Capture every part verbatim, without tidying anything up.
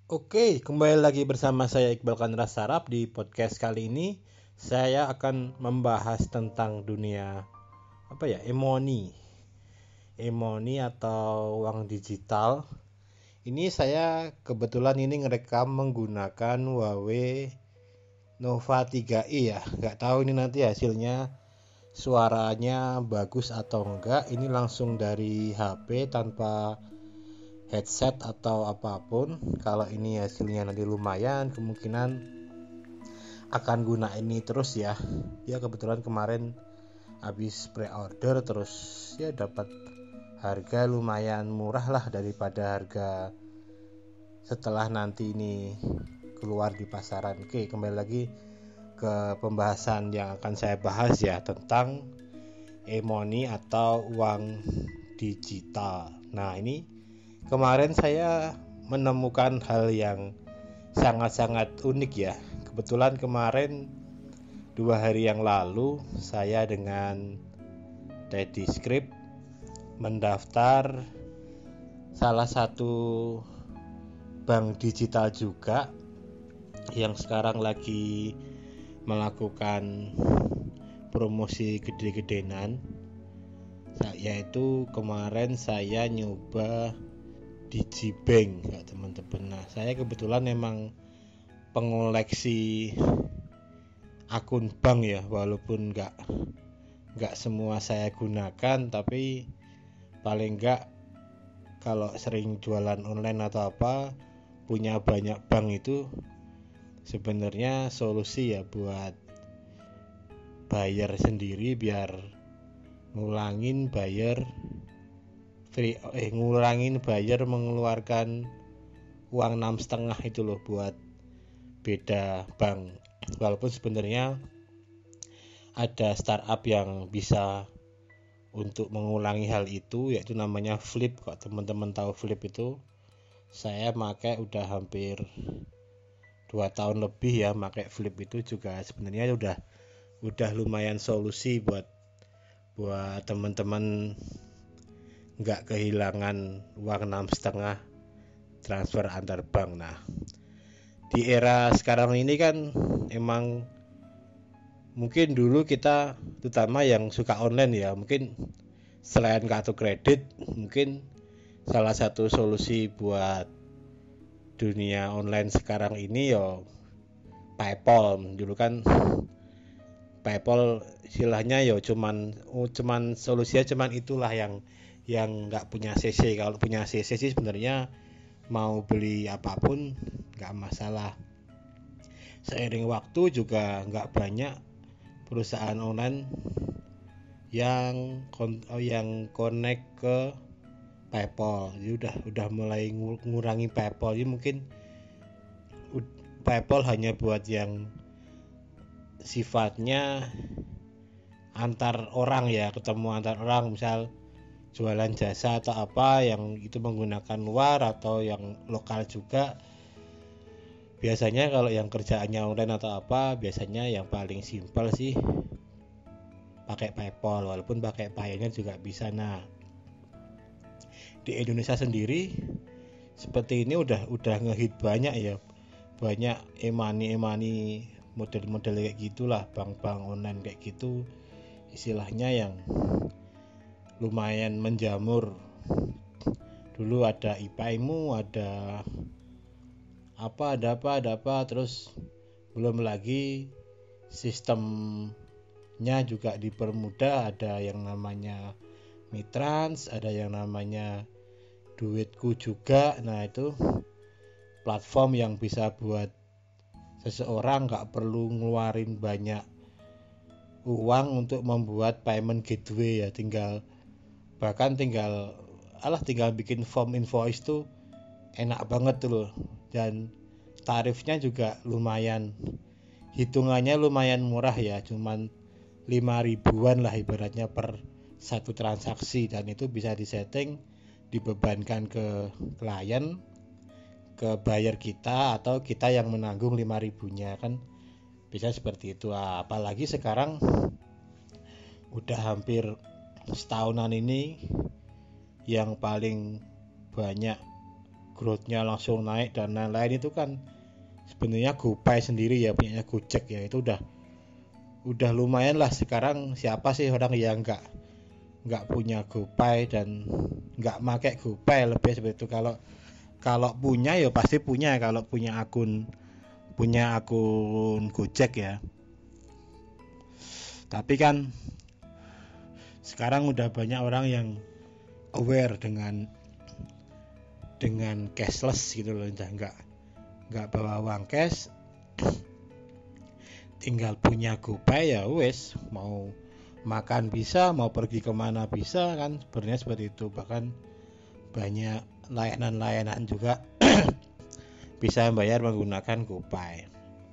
Oke, kembali lagi bersama saya Iqbal Kanra Sarap. Di podcast kali ini saya akan membahas tentang dunia apa ya, emoni. Emoni atau uang digital. Ini saya kebetulan ini ngerekam menggunakan Huawei Nova tiga i ya. Nggak tahu ini nanti hasilnya suaranya bagus atau enggak. Ini langsung dari H P tanpa headset atau apapun. Kalau ini hasilnya nanti lumayan, kemungkinan akan guna ini terus ya. Ya kebetulan kemarin habis pre-order, terus ya dapat harga lumayan murah lah daripada harga setelah nanti ini keluar di pasaran. Oke, kembali lagi ke pembahasan yang akan saya bahas ya, tentang e-money atau uang digital. Nah, ini kemarin saya menemukan hal yang sangat-sangat unik ya. Kebetulan kemarin dua hari yang lalu saya dengan Daddy Script mendaftar salah satu bank digital juga yang sekarang lagi melakukan promosi gede-gedenan, yaitu kemarin saya nyoba Digibank ya teman-teman. Nah, saya kebetulan memang pengoleksi akun bank ya, walaupun nggak nggak semua saya gunakan, tapi paling nggak kalau sering jualan online atau apa, punya banyak bank itu sebenarnya solusi ya buat bayar sendiri, biar ngulangin bayar free eh ngurangin bayar mengeluarkan uang enam setengah itu loh buat beda bank. Walaupun sebenarnya ada startup yang bisa untuk mengulangi hal itu, yaitu namanya Flip. Kok teman-teman tahu Flip itu? Saya pakai udah hampir dua tahun lebih ya, pakai Flip itu juga sebenarnya udah udah lumayan solusi buat buat teman-teman nggak kehilangan uang enam setengah transfer antar bank. Nah, di era sekarang ini kan emang mungkin dulu kita, terutama yang suka online ya, mungkin selain kartu kredit, mungkin salah satu solusi buat dunia online sekarang ini ya PayPal. Dulu kan PayPal istilahnya ya cuman oh, cuman solusinya cuman itulah yang yang nggak punya C C. Kalau punya C C sih sebenarnya mau beli apapun nggak masalah. Seiring waktu juga nggak banyak perusahaan online yang oh, yang connect ke PayPal. Jadi udah udah mulai ngurangi PayPal. Jadi mungkin PayPal hanya buat yang sifatnya antar orang ya, ketemu antar orang, misal jualan jasa atau apa yang itu menggunakan luar atau yang lokal juga. Biasanya kalau yang kerjaannya online atau apa, biasanya yang paling simpel sih pakai PayPal, walaupun pakai Payoneer juga bisa. Nah, di Indonesia sendiri seperti ini udah udah ngehit banyak ya, banyak e-money e-money model-model kayak gitulah, bank-bank online kayak gitu istilahnya, yang lumayan menjamur. Dulu ada IPayMu, ada apa ada apa ada apa terus belum lagi sistemnya juga dipermudah, ada yang namanya Mitrans, ada yang namanya Duitku juga. Nah, itu platform yang bisa buat seseorang nggak perlu ngeluarin banyak uang untuk membuat payment gateway ya, tinggal bahkan tinggal alah tinggal bikin form invoice tuh enak banget tuh loh, dan tarifnya juga lumayan, hitungannya lumayan murah ya, cuman lima ribuan lah ibaratnya per satu transaksi, dan itu bisa disetting dibebankan ke klien, ke buyer kita, atau kita yang menanggung lima ribunya kan bisa seperti itu. Apalagi sekarang udah hampir setahunan ini yang paling banyak growth-nya langsung naik dan lain-lain itu kan sebenarnya GoPay sendiri ya, punyanya Gojek ya, itu udah udah lumayan lah. Sekarang siapa sih orang yang nggak nggak punya GoPay dan nggak pakai GoPay, lebih seperti itu. Kalau kalau punya ya pasti punya, kalau punya akun punya akun Gojek ya. Tapi kan sekarang udah banyak orang yang aware dengan dengan cashless gitu loh, udah nggak nggak bawa uang cash, tinggal punya GoPay ya wes, mau makan bisa, mau pergi kemana bisa kan, sebenarnya seperti itu. Bahkan banyak layanan-layanan juga bisa bayar menggunakan GoPay.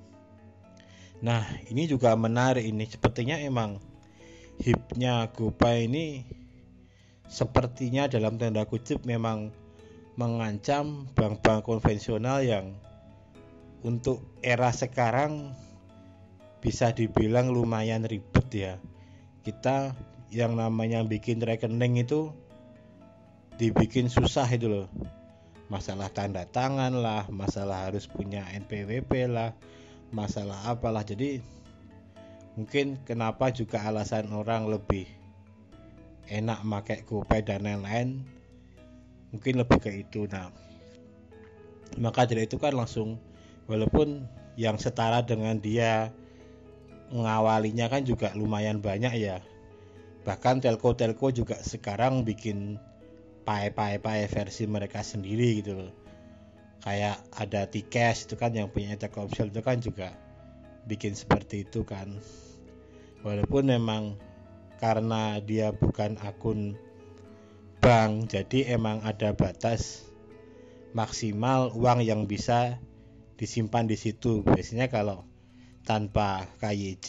Nah ini juga menarik, ini sepertinya emang hipnya GoPay ini sepertinya dalam tanda kutip memang mengancam bank-bank konvensional yang untuk era sekarang bisa dibilang lumayan ribet ya. Kita yang namanya bikin rekening itu dibikin susah itu loh. Masalah tanda tangan lah, masalah harus punya N P W P lah, masalah apalah. Jadi mungkin kenapa juga alasan orang lebih enak pakai GoPay dan lain-lain, mungkin lebih ke itu. Nah, maka dari itu kan langsung, walaupun yang setara dengan dia mengawalinya kan juga lumayan banyak ya. Bahkan telco-telco juga sekarang bikin pay-pay-pay versi mereka sendiri gitu loh. Kayak ada T-Cash itu kan yang punya Telkomsel itu kan juga bikin seperti itu kan. Walaupun memang karena dia bukan akun bank, jadi emang ada batas maksimal uang yang bisa disimpan di situ. Biasanya kalau tanpa K Y C,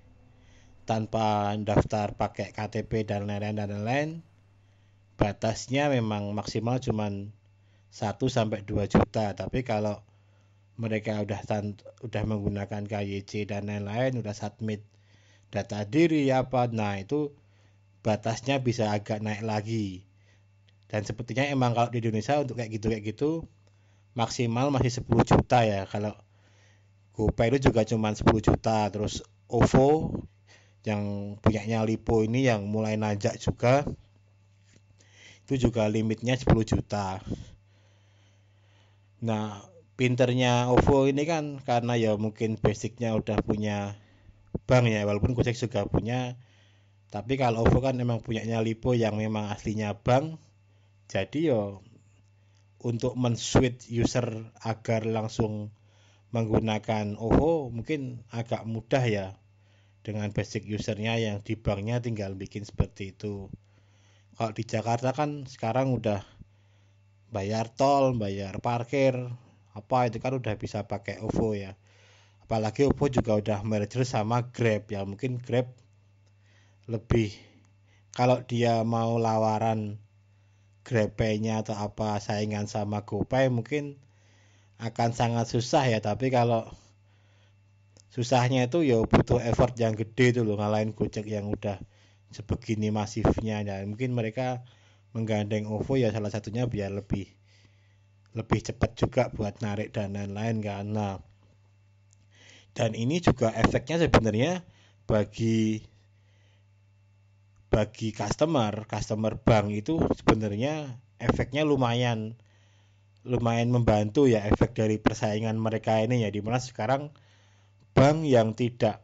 tanpa daftar pakai K T P dan lain-lain dan lain-lain, batasnya memang maksimal cuman satu sampai dua juta. Tapi kalau mereka udah tan- udah menggunakan K Y C dan lain-lain, udah submit data diri apa, nah itu batasnya bisa agak naik lagi. Dan sepertinya emang kalau di Indonesia untuk kayak gitu kayak gitu maksimal masih sepuluh juta ya. Kalau GoPay itu juga cuma sepuluh juta. Terus O V O yang punyanya Lipo ini yang mulai nanjak juga, itu juga limitnya sepuluh juta. Nah pinternya O V O ini kan karena ya mungkin basicnya udah punya bank ya, walaupun Gojek juga punya, tapi kalau O V O kan memang punyanya Lipo yang memang aslinya bank. Jadi yo untuk men-switch user agar langsung menggunakan O V O mungkin agak mudah ya, dengan basic usernya yang di banknya tinggal bikin seperti itu. Kalau di Jakarta kan sekarang udah bayar tol, bayar parkir apa itu kan udah bisa pakai O V O ya. Apalagi O V O juga udah merger sama Grab ya, mungkin Grab lebih, kalau dia mau lawaran GrabPay-nya atau apa saingan sama GoPay mungkin akan sangat susah ya. Tapi kalau susahnya itu ya butuh effort yang gede itu loh, ngalahin Gojek yang udah sebegini masifnya. Dan mungkin mereka menggandeng O V O ya salah satunya biar lebih lebih cepat juga buat narik dan lain-lain kan. Nah, dan ini juga efeknya sebenarnya bagi bagi customer customer bank itu sebenarnya efeknya lumayan lumayan membantu ya, efek dari persaingan mereka ini ya, dimana sekarang bank yang tidak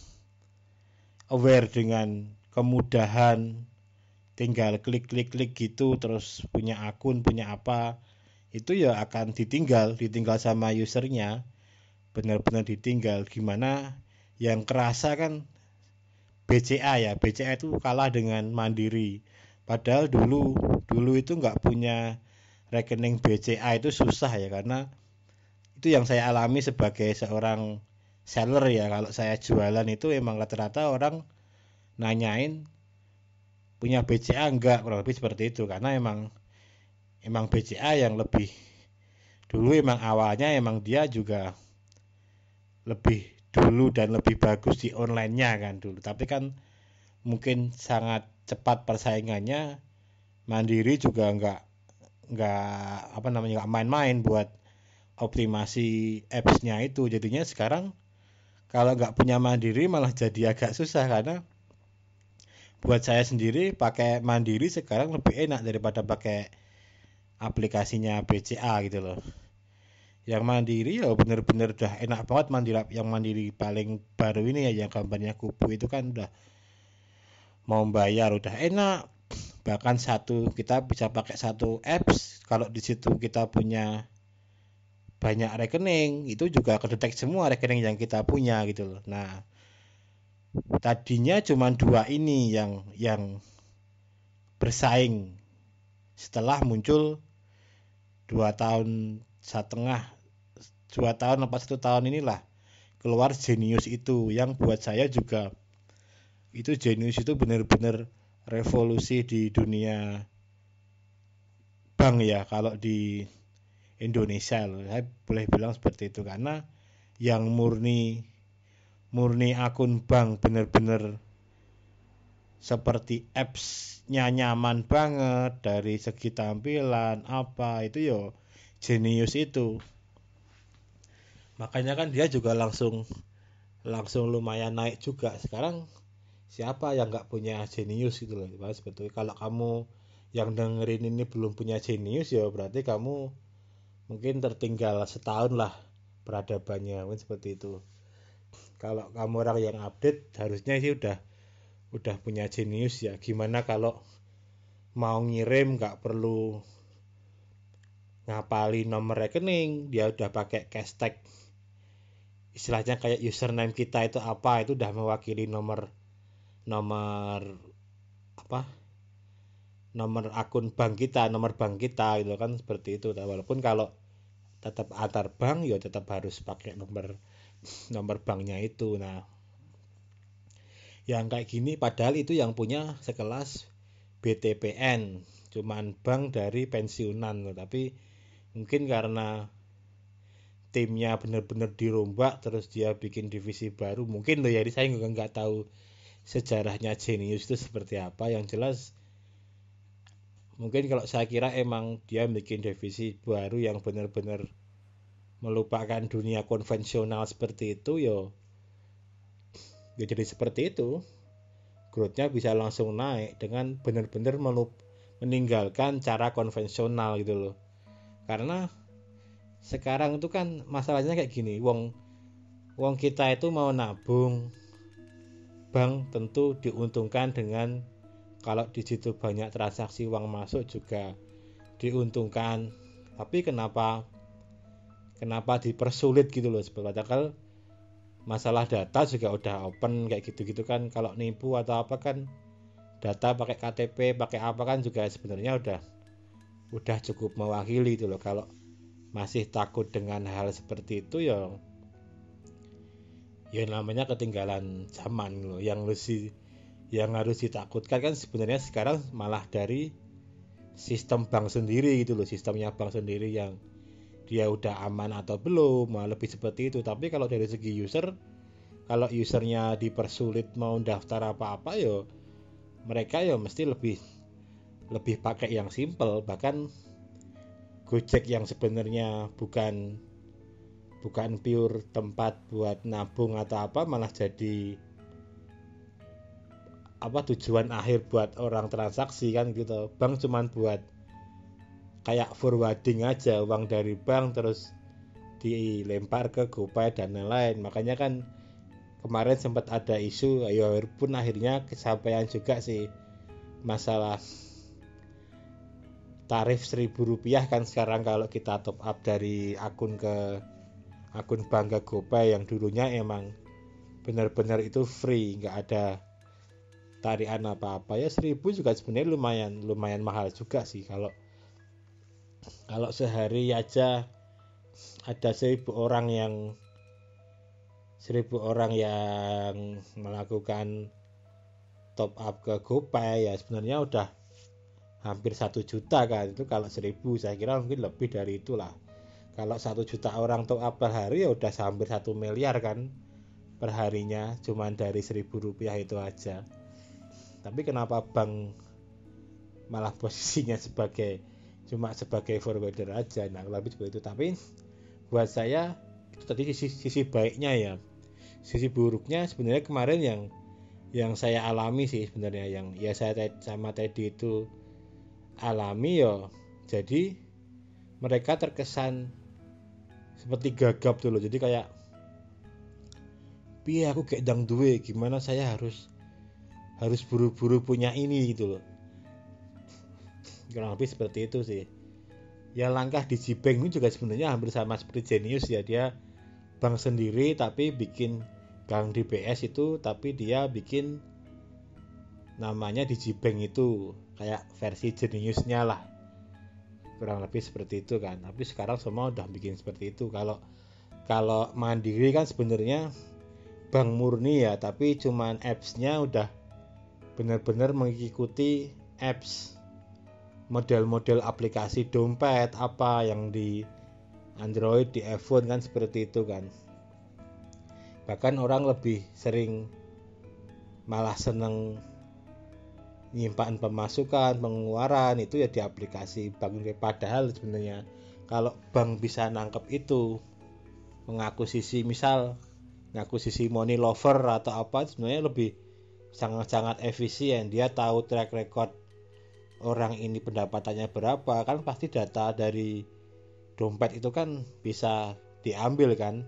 aware dengan kemudahan tinggal klik-klik-klik gitu terus punya akun punya apa, itu ya akan ditinggal ditinggal sama usernya, benar-benar ditinggal. Gimana yang kerasa kan B C A ya, B C A itu kalah dengan Mandiri. Padahal dulu dulu itu nggak punya rekening B C A itu susah ya, karena itu yang saya alami sebagai seorang seller ya. Kalau saya jualan itu emang rata-rata orang nanyain punya B C A enggak, kurang lebih seperti itu. Karena emang emang B C A yang lebih dulu, emang awalnya emang dia juga lebih dulu dan lebih bagus di online-nya kan dulu. Tapi kan mungkin sangat cepat persaingannya, Mandiri juga nggak nggak apa namanya nggak main-main buat optimasi apps-nya itu. Jadinya sekarang kalau nggak punya Mandiri malah jadi agak susah, karena buat saya sendiri pakai Mandiri sekarang lebih enak daripada pakai aplikasinya B C A gitu loh. Yang Mandiri ya bener-bener udah enak banget. Mandiri yang Mandiri paling baru ini ya, yang gambarnya kubu itu kan udah mau bayar udah enak. Bahkan satu kita bisa pakai satu apps, kalau di situ kita punya banyak rekening itu juga kedetek semua rekening yang kita punya gitu loh. Nah, tadinya cuma dua ini yang yang bersaing. Setelah muncul dua tahun setengah, dua tahun apa satu tahun inilah keluar Genius itu, yang buat saya juga itu Genius itu benar-benar revolusi di dunia bank ya, kalau di Indonesia loh. Saya boleh bilang seperti itu, karena yang murni murni akun bank benar-benar seperti apps-nya nyaman banget dari segi tampilan apa itu yo Genius itu. Makanya kan dia juga langsung langsung lumayan naik juga. Sekarang siapa yang nggak punya Genius gitu loh. Sebetulnya kalau kamu yang dengerin ini belum punya Genius ya berarti kamu mungkin tertinggal setahun lah peradabannya, mungkin seperti itu. Kalau kamu orang yang update harusnya sih udah udah punya Genius ya. Gimana kalau mau ngirim nggak perlu ngapalin nomor rekening, dia udah pakai hashtag, istilahnya kayak username kita itu apa, itu udah mewakili nomor nomor apa nomor akun bank kita, nomor bank kita gitu kan, seperti itu. Walaupun kalau tetap antar bank ya tetap harus pakai nomor nomor banknya itu. Nah, yang kayak gini padahal itu yang punya sekelas B T P N, cuman bank dari pensiunan, tapi mungkin karena timnya benar-benar dirombak terus dia bikin divisi baru mungkin loh ya, jadi saya juga nggak tahu sejarahnya Genius itu seperti apa. Yang jelas mungkin kalau saya kira emang dia bikin divisi baru yang benar-benar melupakan dunia konvensional seperti itu, yo ya jadi seperti itu, growth-nya bisa langsung naik dengan benar-benar meninggalkan cara konvensional gitu loh. Karena sekarang itu kan masalahnya kayak gini, wong wong kita itu mau nabung, bank tentu diuntungkan dengan kalau di situ banyak transaksi uang masuk juga diuntungkan. Tapi kenapa kenapa dipersulit gitu loh, padahal masalah data juga udah open kayak gitu-gitu kan. Kalau nipu atau apa kan data pakai K T P pakai apa kan juga sebenarnya udah udah cukup mewakili itu loh. Kalau masih takut dengan hal seperti itu ya ya namanya ketinggalan zaman loh. Yang harus yang harus ditakutkan kan sebenarnya sekarang malah dari sistem bank sendiri gitu loh, sistemnya bank sendiri yang dia udah aman atau belum, malah lebih seperti itu. Tapi kalau dari segi user, kalau usernya dipersulit mau daftar apa-apa yo mereka ya mesti lebih lebih pakai yang simple. Bahkan Gojek yang sebenarnya bukan bukan pure tempat buat nabung atau apa, malah jadi apa tujuan akhir buat orang transaksi kan gitu. Bank cuman buat kayak forwarding aja uang dari bank terus dilempar ke GoPay dan lain-lain. Makanya kan kemarin sempat ada isu, ya pun akhirnya kesampaian juga sih masalah tarif seribu rupiah kan sekarang kalau kita top up dari akun ke akun bank ke GoPay, yang dulunya emang benar-benar itu free, nggak ada tarian apa-apa. Ya seribu juga sebenarnya lumayan lumayan mahal juga sih. Kalau kalau sehari aja ada seribu orang yang seribu orang yang melakukan top up ke GoPay ya sebenarnya udah hampir satu juta kan. Itu kalau seribu, saya kira mungkin lebih dari itulah. Kalau satu juta orang top up per hari ya udah hampir satu miliar kan perharinya, cuman dari seribu rupiah itu aja. Tapi kenapa bank malah posisinya sebagai cuma sebagai forwarder aja. Nah lebih seperti itu. Tapi buat saya itu tadi sisi, sisi baiknya ya. Sisi buruknya sebenarnya kemarin yang yang saya alami sih sebenarnya, yang ya saya sama Teddy itu alami ya. Jadi mereka terkesan seperti gagap tuh loh. Jadi kayak piye aku kayak dang duwe, gimana saya harus harus buru-buru punya ini gitu loh. Kurang lebih seperti itu sih. Ya langkah Digibank ini juga sebenarnya hampir sama seperti Genius ya, dia bank sendiri tapi bikin bank D B S itu, tapi dia bikin namanya Digibank itu kayak versi Geniusnya lah, kurang lebih seperti itu kan. Tapi sekarang semua udah bikin seperti itu. Kalau kalau Mandiri kan sebenarnya bank murni ya, tapi cuman apps-nya udah benar-benar mengikuti apps model-model aplikasi dompet apa yang di Android, di iPhone kan seperti itu kan. Bahkan orang lebih sering malah seneng nyimpan pemasukan, pengeluaran itu ya di aplikasi bank. Padahal sebenarnya kalau bank bisa nangkep itu, mengakuisisi misal ngakuisisi money lover atau apa, sebenarnya lebih sangat-sangat efisien. Dia tahu track record orang ini pendapatannya berapa, kan pasti data dari dompet itu kan bisa diambil kan,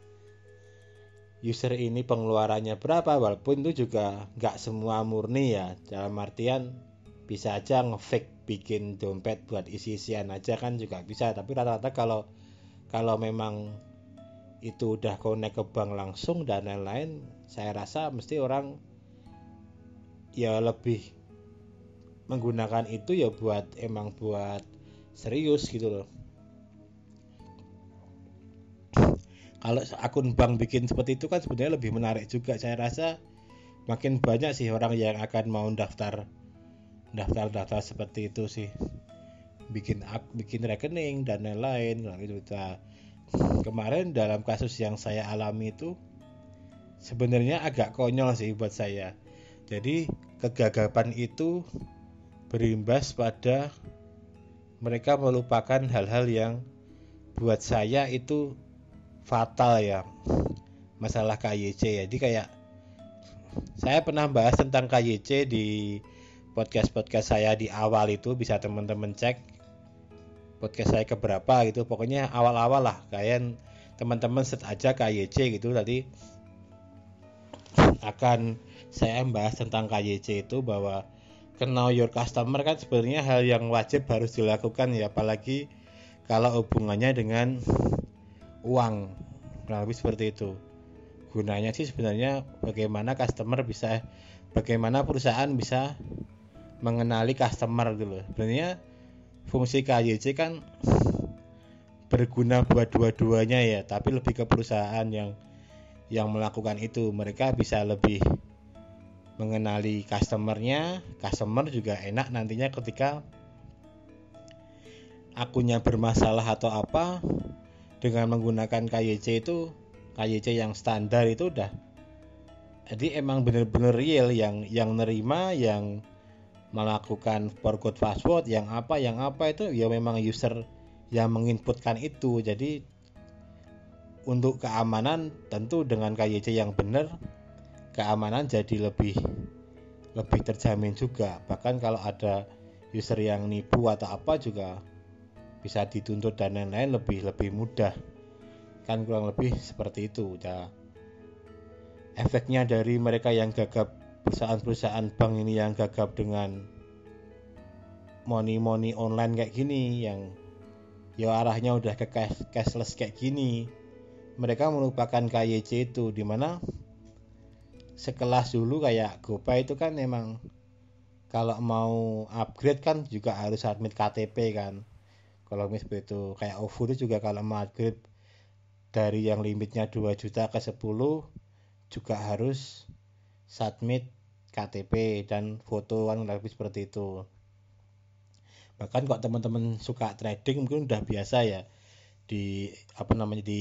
user ini pengeluarannya berapa, walaupun itu juga nggak semua murni ya, dalam artian bisa aja nge-fake bikin dompet buat isi-isian aja kan juga bisa. Tapi rata-rata kalau kalau memang itu udah connect ke bank langsung dan lain-lain, saya rasa mesti orang ya lebih menggunakan itu ya buat emang buat serius gitu loh. Kalau akun bank bikin seperti itu kan sebenarnya lebih menarik juga. Saya rasa makin banyak sih orang yang akan mau daftar daftar daftar seperti itu sih, bikin bikin rekening dan lain-lain gitu. Nah, kemarin dalam kasus yang saya alami itu sebenarnya agak konyol sih buat saya. Jadi kegagapan itu berimbas pada mereka melupakan hal-hal yang buat saya itu fatal ya, masalah K Y C ya. Jadi kayak saya pernah bahas tentang K Y C di podcast-podcast saya di awal itu, bisa teman-teman cek podcast saya keberapa gitu, pokoknya awal-awal lah, kalian teman-teman set aja K Y C gitu. Tadi akan saya bahas tentang K Y C itu, bahwa know your customer kan sebenarnya hal yang wajib harus dilakukan ya, apalagi kalau hubungannya dengan uang. Kurang lebih seperti itu. Gunanya sih sebenarnya bagaimana customer bisa, bagaimana perusahaan bisa mengenali customer gitu loh. Sebenarnya fungsi K Y C kan berguna buat dua-duanya ya, tapi lebih ke perusahaan yang yang melakukan itu. Mereka bisa lebih mengenali customernya, customer juga enak nantinya ketika akunnya bermasalah atau apa, dengan menggunakan K Y C itu, K Y C yang standar itu udah, jadi emang bener-bener real, yang yang nerima, yang melakukan forgot password, yang apa yang apa itu ya memang user yang menginputkan itu. Jadi untuk keamanan tentu dengan K Y C yang benar, keamanan jadi lebih lebih terjamin juga. Bahkan kalau ada user yang nipu atau apa juga bisa dituntut dan lain-lain lebih lebih mudah kan, kurang lebih seperti itu ya. Efeknya dari mereka yang gagap, perusahaan-perusahaan bank ini yang gagap dengan money money online kayak gini, yang ya arahnya udah ke cash, cashless kayak gini, mereka melupakan K Y C itu. Dimana sekelas dulu kayak GoPay itu kan emang kalau mau upgrade kan juga harus submit K T P kan. Kalau misalnya itu kayak O V O itu juga kalau mau upgrade dari yang limitnya dua juta ke sepuluh juga harus submit K T P dan foto kan, lebih seperti itu. Bahkan kok teman-teman suka trading mungkin udah biasa ya di apa namanya di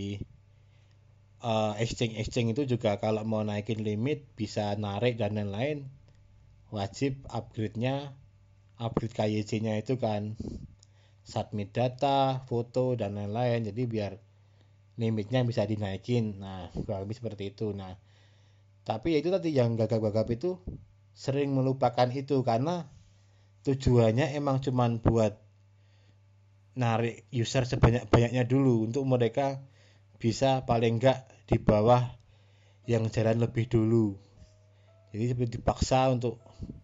uh, exchange exchange itu juga kalau mau naikin limit bisa narik dan lain-lain, wajib upgrade-nya upgrade K Y C-nya itu kan. submit data, foto dan lain-lain. Jadi biar limitnya bisa dinaikin. Nah, kurang lebih seperti itu. Nah, tapi itu tadi yang gagap-gagap itu sering melupakan itu karena tujuannya emang cuman buat narik user sebanyak-banyaknya dulu untuk mereka bisa paling enggak di bawah yang jalan lebih dulu. Jadi seperti dipaksa untuk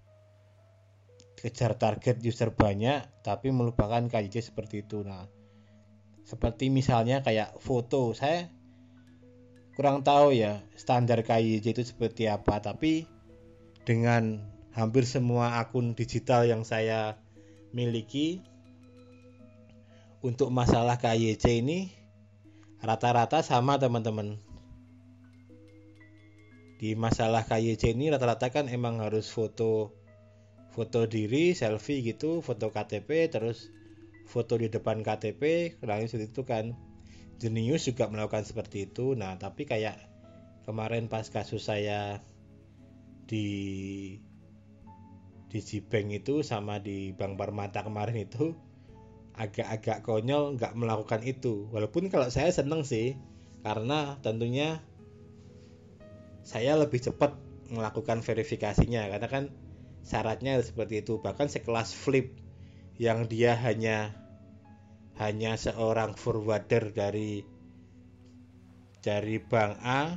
kejar target user banyak tapi melupakan K Y C seperti itu. Nah, seperti misalnya kayak foto, saya kurang tahu ya standar K Y C itu seperti apa, tapi dengan hampir semua akun digital yang saya miliki untuk masalah K Y C ini rata-rata sama teman-teman. Di masalah K Y C ini rata-rata kan emang harus foto foto diri, selfie gitu, foto K T P, terus foto di depan K T P, kurang lebih itu kan. Genius juga melakukan seperti itu. Nah, tapi kayak kemarin pas kasus saya di di Gbank itu sama di Bank Permata kemarin itu agak-agak konyol nggak melakukan itu. Walaupun kalau saya seneng sih, karena tentunya saya lebih cepat melakukan verifikasinya karena kan syaratnya seperti itu. Bahkan sekelas Flip yang dia hanya hanya seorang forwarder dari dari bank A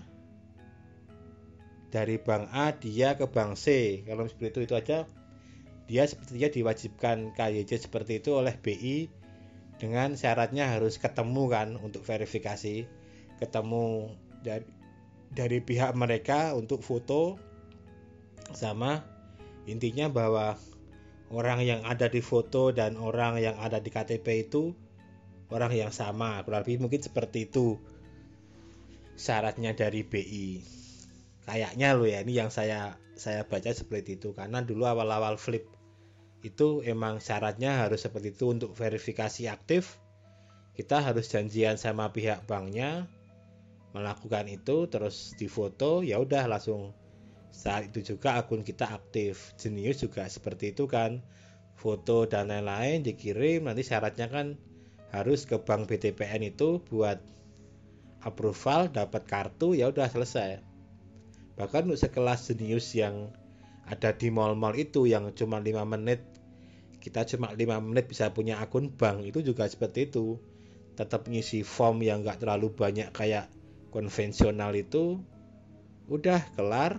dari bank A dia ke bank C. Kalau seperti itu itu aja dia sepertinya diwajibkan K Y C seperti itu oleh B I dengan syaratnya harus ketemu kan untuk verifikasi, ketemu dari dari pihak mereka untuk foto, sama intinya bahwa orang yang ada di foto dan orang yang ada di K T P itu orang yang sama. Kurang lebih mungkin seperti itu syaratnya dari B I. Kayaknya loh ya, ini yang saya saya baca seperti itu karena dulu awal-awal Flip itu emang syaratnya harus seperti itu. Untuk verifikasi aktif kita harus janjian sama pihak banknya melakukan itu, terus difoto, ya udah langsung saat itu juga akun kita aktif. Genius juga seperti itu kan, foto dan lain-lain dikirim, nanti syaratnya kan harus ke bank B T P N itu buat approval, dapat kartu, ya udah selesai. Bahkan untuk sekelas Genius yang ada di mall-mall itu yang cuma lima menit, kita cuma lima menit bisa punya akun bank, itu juga seperti itu. Tetap ngisi form yang gak terlalu banyak kayak konvensional itu, udah kelar,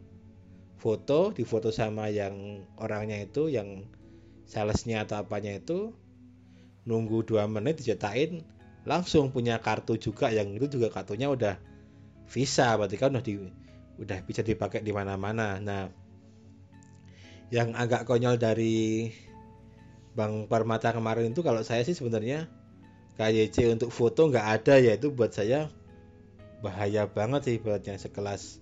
foto, difoto sama yang orangnya itu, yang salesnya atau apanya itu, nunggu dua menit dicetakin, langsung punya kartu juga, yang itu juga kartunya udah Visa, berarti kan udah di, udah bisa dipakai di mana-mana. Nah, yang agak konyol dari Bank Permata kemarin itu kalau saya sih sebenarnya K Y C untuk foto nggak ada ya, itu buat saya bahaya banget sih buatnya. Sekelas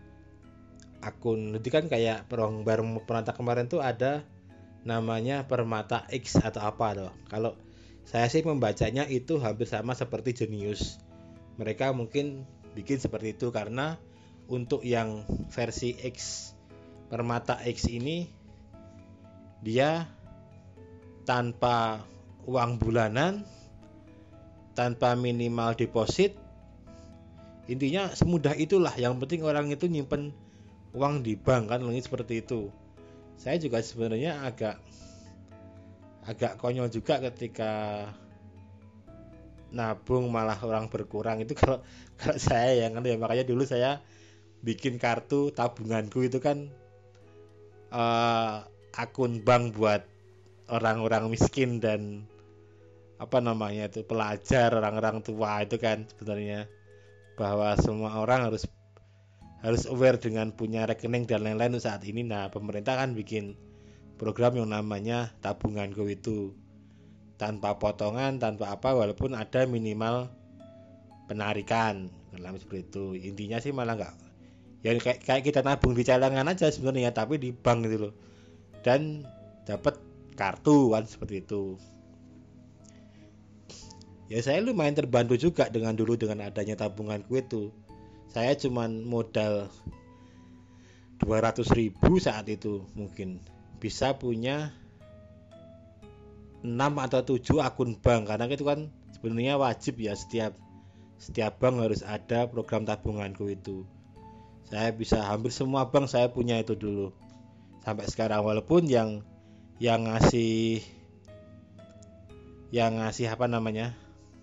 akun nanti kan kayak Bank Permata kemarin tuh ada namanya Permata X atau apa loh. Kalau saya sih membacanya itu hampir sama seperti Genius. Mereka mungkin bikin seperti itu karena untuk yang versi X Permata X ini dia tanpa uang bulanan, tanpa minimal deposit, intinya semudah itulah. Yang penting orang itu nyimpen uang di bank kan, lebih seperti itu. Saya juga sebenarnya agak agak konyol juga ketika nabung malah orang berkurang itu kalau kalau saya yang kan ya, makanya dulu saya bikin kartu tabunganku itu kan uh, akun bank buat orang-orang miskin dan apa namanya itu pelajar, orang-orang tua itu kan sebenarnya, bahwa semua orang harus harus aware dengan punya rekening dan lain-lain saat ini. Nah, pemerintah kan bikin program yang namanya tabunganku itu tanpa potongan, tanpa apa, walaupun ada minimal penarikan dalam seperti itu. Intinya sih malah nggak ya kayak, kayak kita nabung di celengan aja sebenarnya, tapi di bank gitu loh, dan dapat kartu kan seperti itu. Ya saya lumayan terbantu juga dengan dulu dengan adanya tabunganku itu. Saya cuman modal dua ratus ribu saat itu, mungkin bisa punya enam atau tujuh akun bank, karena itu kan sebenarnya wajib ya, setiap setiap bank harus ada program tabunganku itu. Saya bisa hampir semua bank saya punya itu dulu sampai sekarang, walaupun yang yang ngasih yang ngasih apa namanya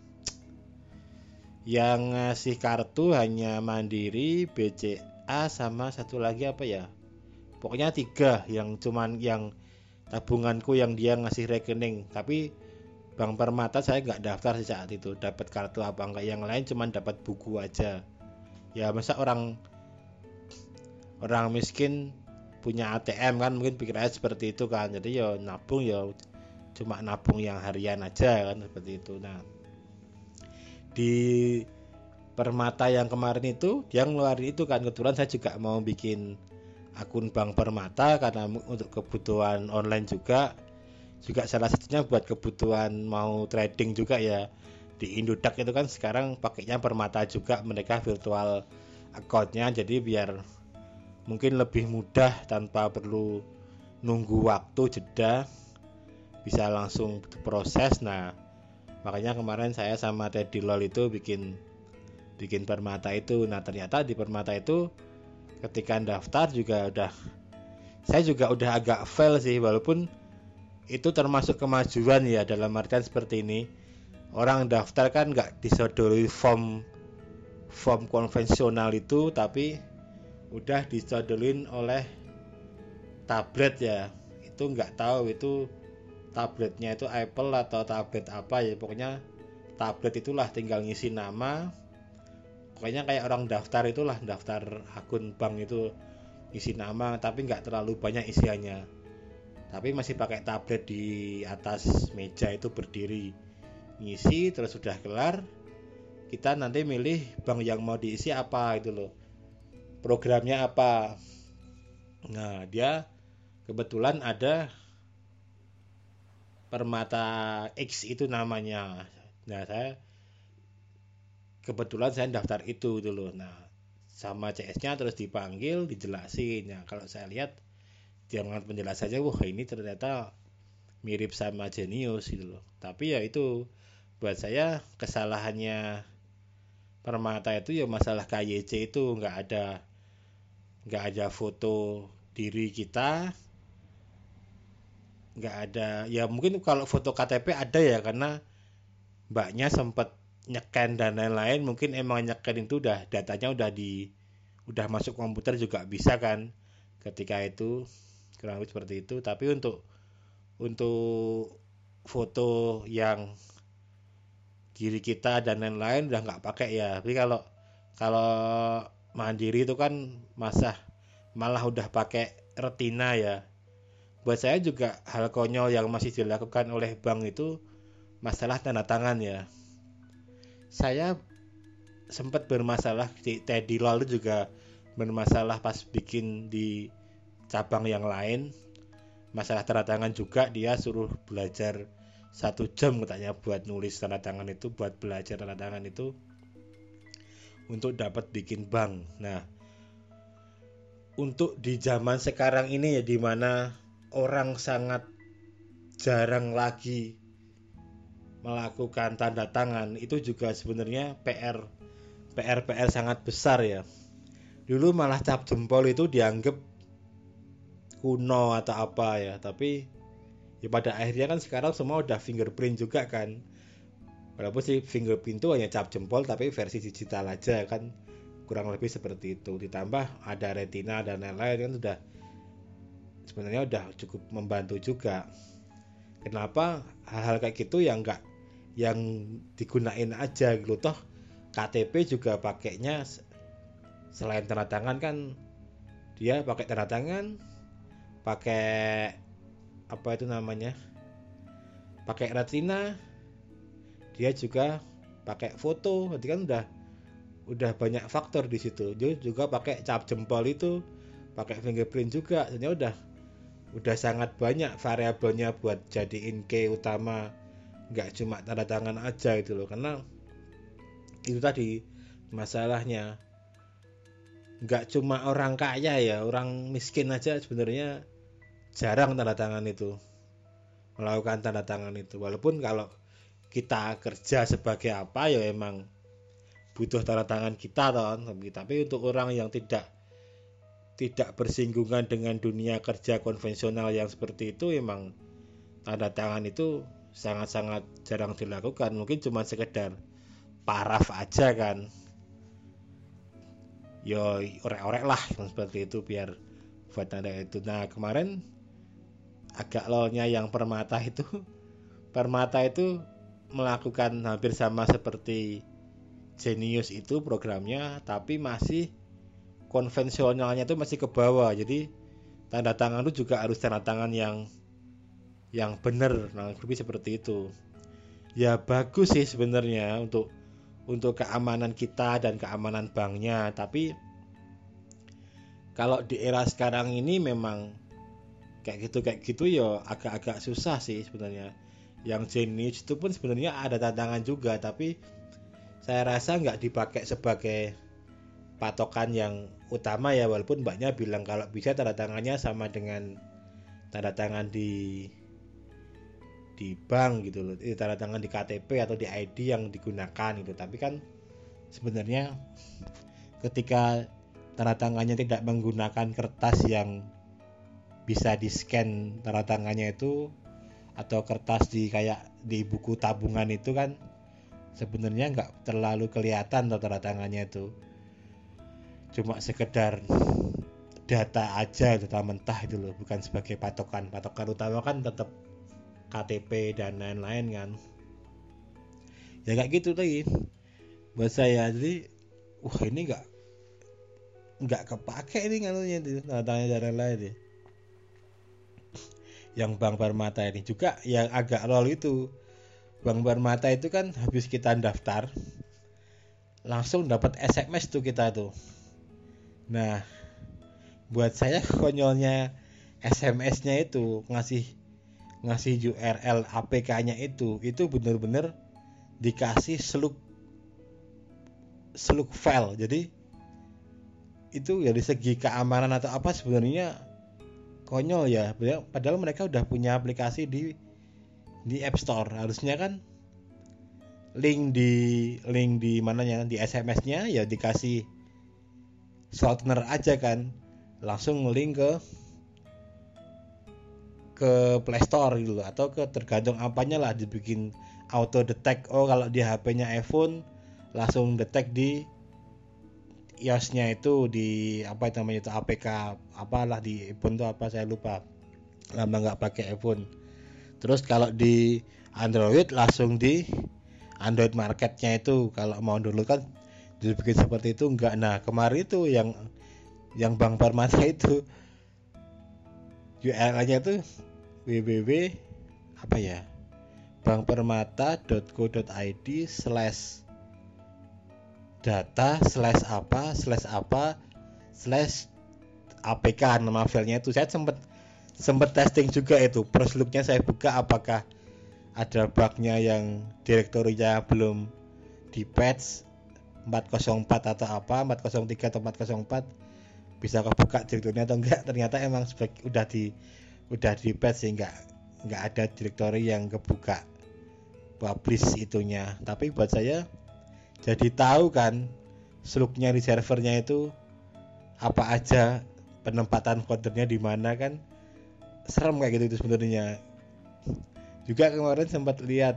yang ngasih kartu hanya Mandiri, B C A, sama satu lagi apa ya, pokoknya tiga yang cuman yang tabunganku yang dia ngasih rekening. Tapi Bank Permata saya nggak daftar sih saat itu, dapat kartu apa enggak, yang lain cuman dapat buku aja. Ya masa orang orang miskin punya A T M kan, mungkin pikirannya seperti itu kan, jadi ya nabung ya cuma nabung yang harian aja kan, seperti itu. Nah di Permata yang kemarin itu dia ngeluarin itu kan, kebetulan saya juga mau bikin akun Bank Permata karena untuk kebutuhan online juga, juga salah satunya buat kebutuhan mau trading juga ya. Di Indodax itu kan sekarang pakainya Permata juga, mereka virtual accountnya, jadi biar mungkin lebih mudah tanpa perlu nunggu waktu jeda, bisa langsung proses. Nah makanya kemarin saya sama Teddy Lol itu bikin bikin Permata itu. Nah ternyata di Permata itu ketika daftar juga udah, saya juga udah agak fail sih, walaupun itu termasuk kemajuan ya, dalam artian seperti ini, orang daftar kan nggak disodori form form konvensional itu, tapi udah disodorin oleh tablet ya. Itu nggak tahu itu tabletnya itu Apple atau tablet apa ya, pokoknya tablet itulah, tinggal ngisi nama, pokoknya kayak orang daftar itulah, daftar akun bank itu isi nama, tapi nggak terlalu banyak isiannya, tapi masih pakai tablet di atas meja itu berdiri ngisi. Terus sudah kelar, kita nanti milih bank yang mau diisi apa itu loh, programnya apa. Nah dia kebetulan ada Permata X itu namanya. Nah saya kebetulan saya daftar itu dulu. Nah sama C S-nya terus dipanggil, dijelasin. Nah kalau saya lihat dengan penjelasannya, wah ini ternyata mirip sama Genius gitu loh. Tapi ya itu buat saya kesalahannya Permata itu ya masalah K Y C itu, nggak ada nggak ada foto diri kita, nggak ada ya, mungkin kalau foto K T P ada ya, karena mbaknya sempat nyeken dan lain-lain, mungkin emang nyeken itu udah datanya udah di udah masuk komputer juga bisa kan ketika itu, kurang lebih seperti itu. Tapi untuk untuk foto yang diri kita dan lain-lain udah nggak pakai ya. Tapi kalau kalau Mandiri itu kan masa malah udah pakai retina ya. Buat saya juga hal konyol yang masih dilakukan oleh bank itu masalah tanda tangan ya. Saya sempat bermasalah di Teddy lalu juga bermasalah pas bikin di cabang yang lain, masalah tanda tangan juga. Dia suruh belajar satu jam katanya buat nulis tanda tangan itu, buat belajar tanda tangan itu untuk dapat bikin bank. Nah untuk di zaman sekarang ini ya, dimana orang sangat jarang lagi melakukan tanda tangan, itu juga sebenarnya P R P R P R sangat besar ya. Dulu malah cap jempol itu dianggap kuno atau apa ya, tapi ya pada akhirnya kan sekarang semua udah fingerprint juga kan. Walaupun sih fingerprint itu hanya cap jempol tapi versi digital aja kan, kurang lebih seperti itu. Ditambah ada retina dan lain-lain kan, sudah sebenarnya udah cukup membantu juga. Kenapa hal-hal kayak gitu yang enggak yang digunain aja gitu. Toh K T P juga pakainya selain tanda tangan kan, dia pakai tanda tangan, pakai apa itu namanya, pakai retina, dia juga pakai foto. Berarti kan udah udah banyak faktor di situ. Dia juga pakai cap jempol itu, pakai fingerprint juga. Sebenarnya udah udah sangat banyak variabelnya buat jadiin key utama, nggak cuma tanda tangan aja itu loh. Karena itu tadi masalahnya, nggak cuma orang kaya ya, orang miskin aja sebenarnya jarang tanda tangan itu. melakukan tanda tangan itu. Walaupun kalau kita kerja sebagai apa ya emang butuh tanda tangan kita toh, tapi untuk orang yang tidak tidak bersinggungan dengan dunia kerja konvensional yang seperti itu, emang tanda tangan itu sangat-sangat jarang dilakukan. Mungkin cuma sekedar paraf aja kan, yo orek-orek lah seperti itu biar buat tanda itu. Nah kemarin agak lolnya yang Permata itu Permata itu melakukan hampir sama seperti Genius itu programnya, tapi masih konvensionalnya itu masih ke bawah. Jadi tanda tangan itu juga harus tanda tangan yang yang benar. Nah, lebih seperti itu. Ya bagus sih sebenarnya untuk untuk keamanan kita dan keamanan banknya, tapi kalau di era sekarang ini memang kayak gitu kayak gitu ya agak-agak susah sih sebenarnya. Yang Genius itu pun sebenarnya ada tantangan juga, tapi saya rasa nggak dipakai sebagai patokan yang utama ya, walaupun mbaknya bilang kalau bisa tanda tangannya sama dengan tanda tangan di di bank gitu loh, eh, tanda tangan di K T P atau di I D yang digunakan gitu. Tapi kan sebenarnya ketika tanda tangannya tidak menggunakan kertas yang bisa di scan tanda tangannya itu, atau kertas di kayak di buku tabungan itu kan sebenarnya nggak terlalu kelihatan tanda tangannya itu, cuma sekedar data aja, data mentah itu loh, bukan sebagai patokan. Patokan utama kan tetap K T P dan lain-lain kan. Ya kayak gitu tadi buat saya. Jadi wah ini nggak nggak kepake ini nganunya itu tanda tangannya dan lain-lain. Yang Bank Permata ini juga yang agak lol itu. Bank Permata itu kan habis kita daftar langsung dapat S M S tuh kita tuh. Nah, buat saya konyolnya S M S-nya itu ngasih ngasih U R L A P K-nya itu itu bener-bener dikasih seluk seluk file. Jadi itu dari segi keamanan atau apa sebenarnya konyol ya. Padahal mereka udah punya aplikasi di di App Store. Harusnya kan link di link di mananya di S M S-nya ya dikasih shortener aja kan, langsung link ke ke Play Store gitu loh, atau ke tergantung apanya lah, dibikin auto detect. Oh kalau di H P-nya iPhone langsung detect di iOS-nya itu di apa namanya itu A P K apalah di iPhone tuh apa saya lupa, lama nggak pakai iPhone. Terus kalau di Android langsung di Android Market-nya itu kalau mau dulu kan dibikin seperti itu enggak. Nah kemarin itu yang yang Bank Permata itu U R L-nya itu www apa ya bankpermata dot co dot i d slash data slash apa slash apa slash apk, nama filenya itu. Saya sempat sempat testing juga itu, first look-nya saya buka apakah ada bugnya yang direktorinya belum di patch empat nol empat atau apa empat nol tiga atau empat nol empat, bisa kebuka direktorinya atau enggak. Ternyata emang udah di udah di patch sih, enggak enggak ada direktori yang kebuka publish itunya. Tapi buat saya jadi tahu kan seluknya di servernya itu apa aja, penempatan foldernya di mana kan, serem kayak gitu itu sebenarnya. Juga kemarin sempat lihat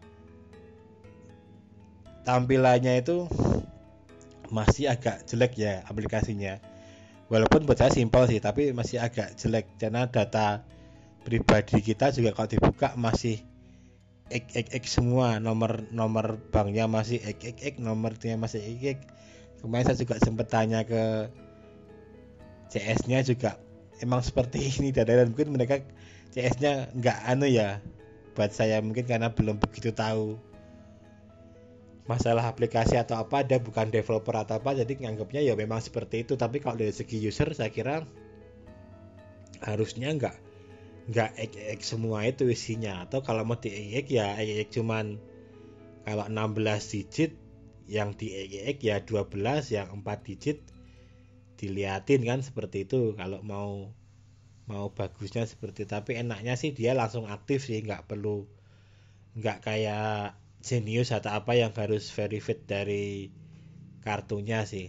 tampilannya itu masih agak jelek ya aplikasinya. Walaupun buat saya simpel sih, tapi masih agak jelek karena data pribadi kita juga kalau dibuka masih X X X semua, nomor nomor banknya masih X X X, nomornya masih X X. Kemarin saya juga sempat tanya ke C S-nya juga emang seperti ini, dan mungkin mereka C S-nya nggak anu ya buat saya, mungkin karena belum begitu tahu masalah aplikasi atau apa, ada bukan developer atau apa, jadi nganggapnya ya memang seperti itu. Tapi kalau dari segi user saya kira harusnya nggak nggak X X semua itu isinya, atau kalau mau di X X ya X X cuman kalau enam belas digit yang di X X ya dua belas, yang empat digit diliatin kan, seperti itu kalau mau mau bagusnya seperti, tapi enaknya sih dia langsung aktif sih, nggak perlu, nggak kayak Genius atau apa yang harus verified dari kartunya sih.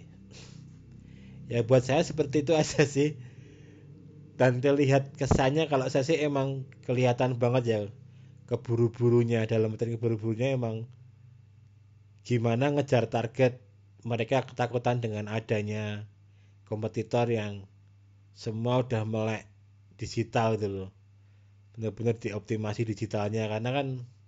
Ya buat saya seperti itu aja sih. Dan terlihat kesannya kalau saya sih emang kelihatan banget ya keburu-burunya, dalam arti keburu-burunya emang gimana ngejar target. Mereka ketakutan dengan adanya kompetitor yang semua udah melek digital gitu loh, benar-benar dioptimasi digitalnya, karena kan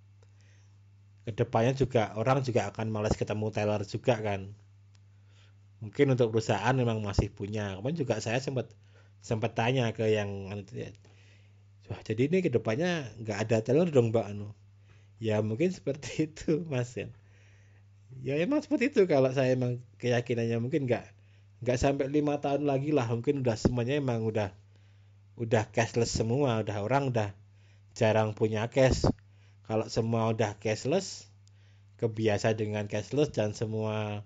kedepannya juga orang juga akan malas ketemu teller juga kan. Mungkin untuk perusahaan memang masih punya. Kemarin juga saya sempat sempat tanya ke yang wah jadi ini kedepannya nggak ada teller dong mbak anu. Ya mungkin seperti itu mas ya. Ya emang seperti itu, kalau saya emang keyakinannya mungkin nggak nggak sampai lima tahun lagi lah, mungkin udah semuanya emang udah udah cashless semua, udah orang udah jarang punya cash. Kalau semua udah cashless, kebiasa dengan cashless, dan semua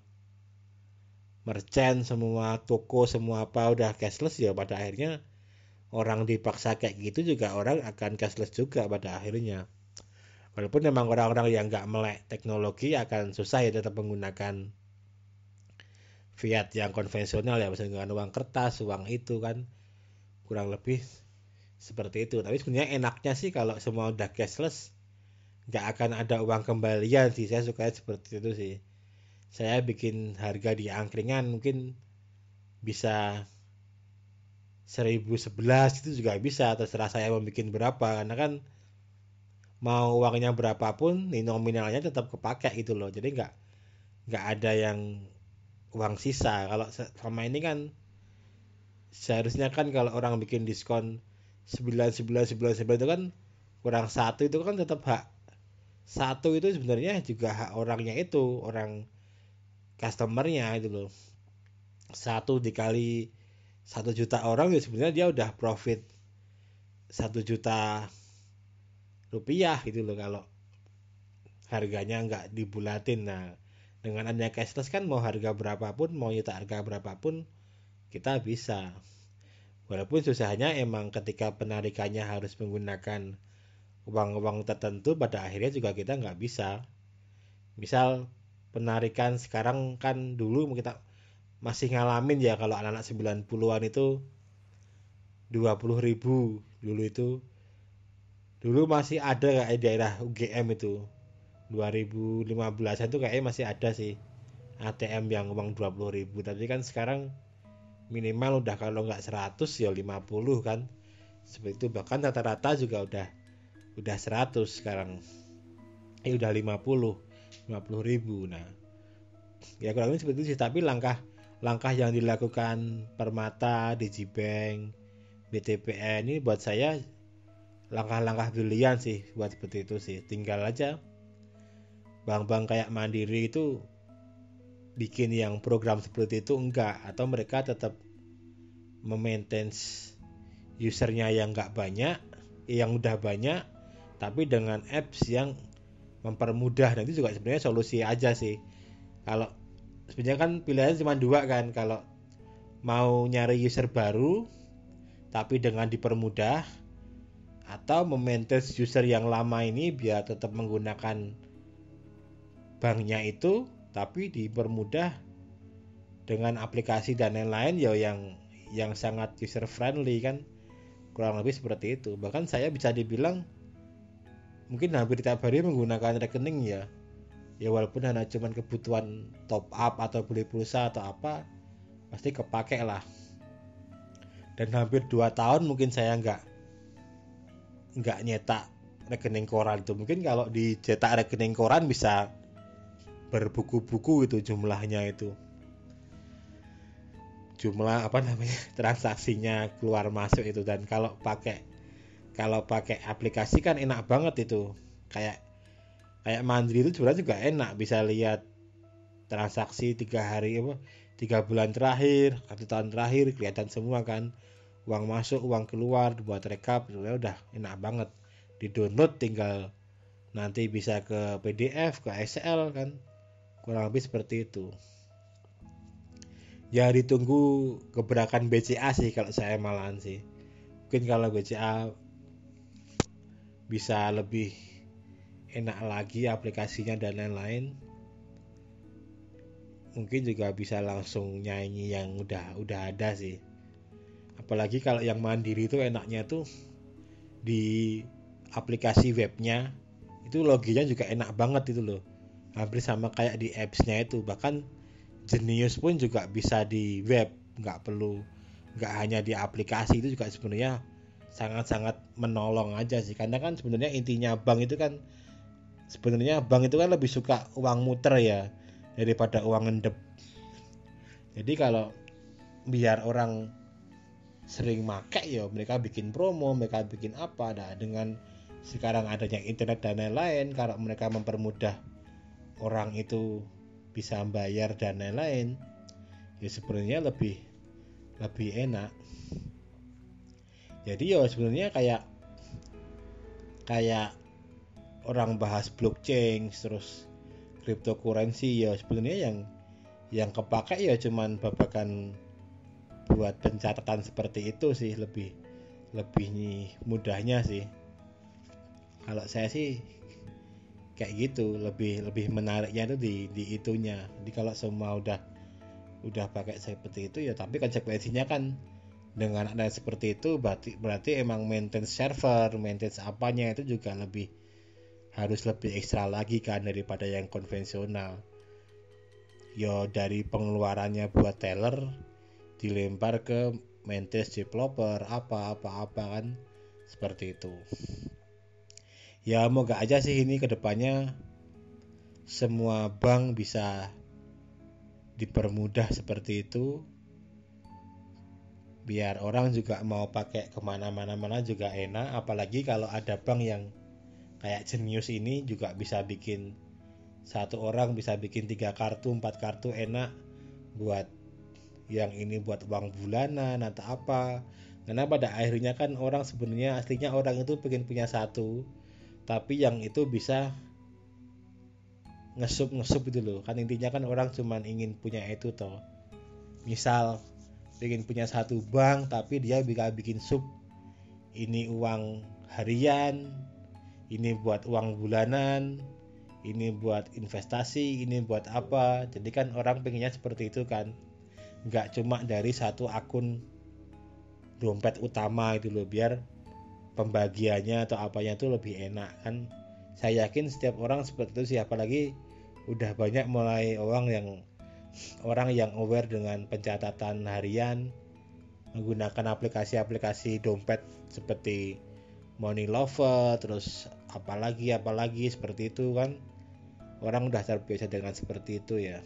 merchant, semua toko, semua apa udah cashless, ya pada akhirnya orang dipaksa kayak gitu juga orang akan cashless juga pada akhirnya. Walaupun memang orang-orang yang nggak melek teknologi akan susah ya tetap menggunakan fiat yang konvensional ya, misalnya dengan uang kertas, uang itu kan kurang lebih seperti itu. Tapi sebenarnya enaknya sih kalau semua udah cashless, nggak akan ada uang kembalian sih. Saya suka seperti itu sih. Saya bikin harga di angkringan mungkin bisa seribu sebelas itu juga bisa, terserah saya mau bikin berapa, karena kan mau uangnya berapapun nih nominalnya tetap kepake gitu loh, jadi nggak nggak ada yang uang sisa. Kalau sama ini kan seharusnya kan kalau orang bikin diskon sembilan sembilan sembilan sembilan itu kan kurang satu, itu kan tetap hak satu, itu sebenarnya juga hak orangnya, itu orang customernya itu loh. Satu dikali satu juta orang ya sebenarnya dia udah profit satu juta rupiah gitu loh kalau harganya nggak dibulatin. Nah dengan adanya cashless kan mau harga berapapun, mau nyita harga berapapun kita bisa. Walaupun susahnya emang ketika penarikannya harus menggunakan uang-uang tertentu, pada akhirnya juga kita nggak bisa. Misal penarikan sekarang kan, dulu kita masih ngalamin ya kalau anak-anak sembilan puluhan itu dua puluh ribu dulu itu. Dulu masih ada kayak daerah U G M itu dua ribu lima belasan tuh kayaknya masih ada sih A T M yang uang dua puluh ribu. Tapi kan sekarang minimal udah kalau nggak seratus ya lima puluh kan, seperti itu. Bahkan rata-rata juga udah udah seratus sekarang, eh udah lima puluh lima puluh ribu. Nah ya kurang lebih seperti itu sih. Tapi langkah langkah yang dilakukan Permata, Digibank, B T P N ini buat saya langkah-langkah brilian sih buat seperti itu sih. Tinggal aja bank-bank kayak Mandiri itu bikin yang program seperti itu enggak, atau mereka tetap memaintain usernya yang enggak banyak, yang udah banyak tapi dengan apps yang mempermudah. Dan itu juga sebenarnya solusi aja sih. Kalau sebenarnya kan pilihannya cuma dua kan, kalau mau nyari user baru tapi dengan dipermudah, atau memaintain user yang lama ini biar tetap menggunakan banknya itu tapi dipermudah dengan aplikasi dan lain-lain ya yang yang sangat user friendly kan. Kurang lebih seperti itu. Bahkan saya bisa dibilang mungkin hampir tiap hari menggunakan rekening ya. Ya walaupun hanya cuman kebutuhan top up atau beli pulsa atau apa, pasti kepake lah. Dan hampir dua tahun mungkin saya nggak nggak nyetak rekening koran itu. Mungkin kalau dicetak rekening koran bisa berbuku-buku itu jumlahnya, itu jumlah apa namanya transaksinya keluar masuk itu. Dan kalau pakai kalau pakai aplikasi kan enak banget itu, kayak kayak Mandiri itu sebenarnya juga enak, bisa lihat transaksi tiga hari apa tiga bulan terakhir, satu tahun terakhir, kelihatan semua kan, uang masuk uang keluar, buat rekap sebenarnya udah enak banget. Di download tinggal nanti bisa ke P D F, ke Excel kan, kurang lebih seperti itu. Ya ditunggu gebrakan B C A sih kalau saya malahan sih. Mungkin kalau B C A bisa lebih enak lagi aplikasinya dan lain-lain, mungkin juga bisa langsung nyanyi yang udah udah ada sih. Apalagi kalau yang mandiri itu enaknya tuh di aplikasi webnya itu loginya juga enak banget itu loh, hampir sama kayak di appsnya itu. Bahkan Genius pun juga bisa di web, nggak perlu nggak hanya di aplikasi. Itu juga sebenarnya sangat-sangat menolong aja sih, karena kan sebenarnya intinya bank itu kan sebenarnya bank itu kan lebih suka uang muter ya daripada uang ngendep. Jadi kalau biar orang sering make ya mereka bikin promo, mereka bikin apa. Nah, dengan sekarang adanya internet dan lain-lain, kalau mereka mempermudah orang itu bisa bayar dan lain-lain, ya sebenarnya lebih lebih enak. Jadi ya sebenarnya kayak kayak orang bahas blockchain terus cryptocurrency, ya sebenarnya yang yang kepake ya cuman babakan buat pencatatan seperti itu sih, lebih lebih mudahnya sih. Kalau saya sih kayak gitu, lebih lebih menariknya itu di di itunya. Jadi kalau semua udah udah pakai seperti itu ya, tapi konsekuensinya kan dengan ada seperti itu berarti berarti emang maintenance server, maintenance apanya itu juga lebih harus lebih ekstra lagi kan daripada yang konvensional. Yo dari pengeluarannya buat teller dilempar ke maintenance developer apa-apa-apa kan seperti itu. Ya moga aja sih ini kedepannya semua bank bisa dipermudah seperti itu, biar orang juga mau pakai kemana-mana-mana juga enak. Apalagi kalau ada bank yang kayak Genius ini juga bisa bikin satu orang bisa bikin tiga kartu, empat kartu, enak buat yang ini buat uang bulanan atau apa. Karena pada akhirnya kan orang sebenarnya aslinya orang itu pengen punya satu, tapi yang itu bisa ngesup ngesup itu loh. Kan intinya kan orang cuman ingin punya itu toh. Misal pengen punya satu bank tapi dia bisa bikin sub, ini uang harian, ini buat uang bulanan, ini buat investasi, ini buat apa. Jadi kan orang pengennya seperti itu kan, nggak cuma dari satu akun dompet utama itu loh, biar pembagiannya atau apanya itu lebih enak kan. Saya yakin setiap orang seperti itu sih, apalagi udah banyak mulai orang yang orang yang aware dengan pencatatan harian menggunakan aplikasi-aplikasi dompet seperti Money Lover, terus apalagi apalagi seperti itu kan. Orang udah terbiasa dengan seperti itu ya.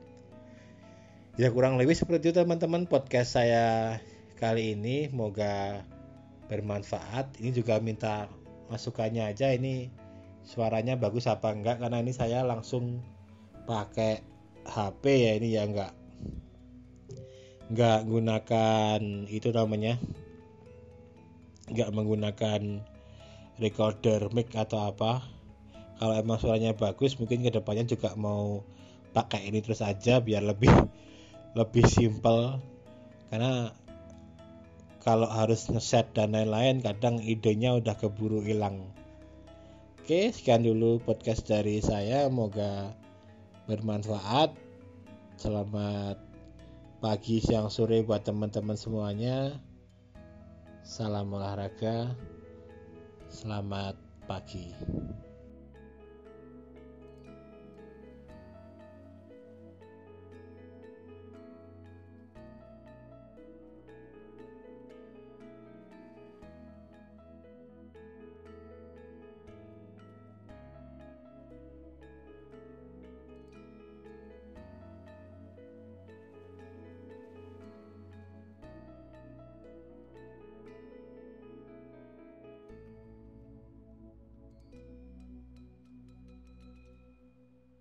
Ya kurang lebih seperti itu teman-teman podcast saya kali ini, semoga bermanfaat. Ini juga minta masukannya aja, ini suaranya bagus apa enggak, karena ini saya langsung pakai H P ya, ini ya enggak enggak gunakan itu namanya, enggak menggunakan recorder mic atau apa. Kalau emang suaranya bagus, mungkin kedepannya juga mau pakai ini terus aja biar lebih lebih simple, karena kalau harus ngeset dan lain-lain kadang idenya udah keburu hilang. Oke, sekian dulu podcast dari saya, semoga bermanfaat. Selamat pagi, siang, sore buat teman-teman semuanya. Salam olahraga, selamat pagi.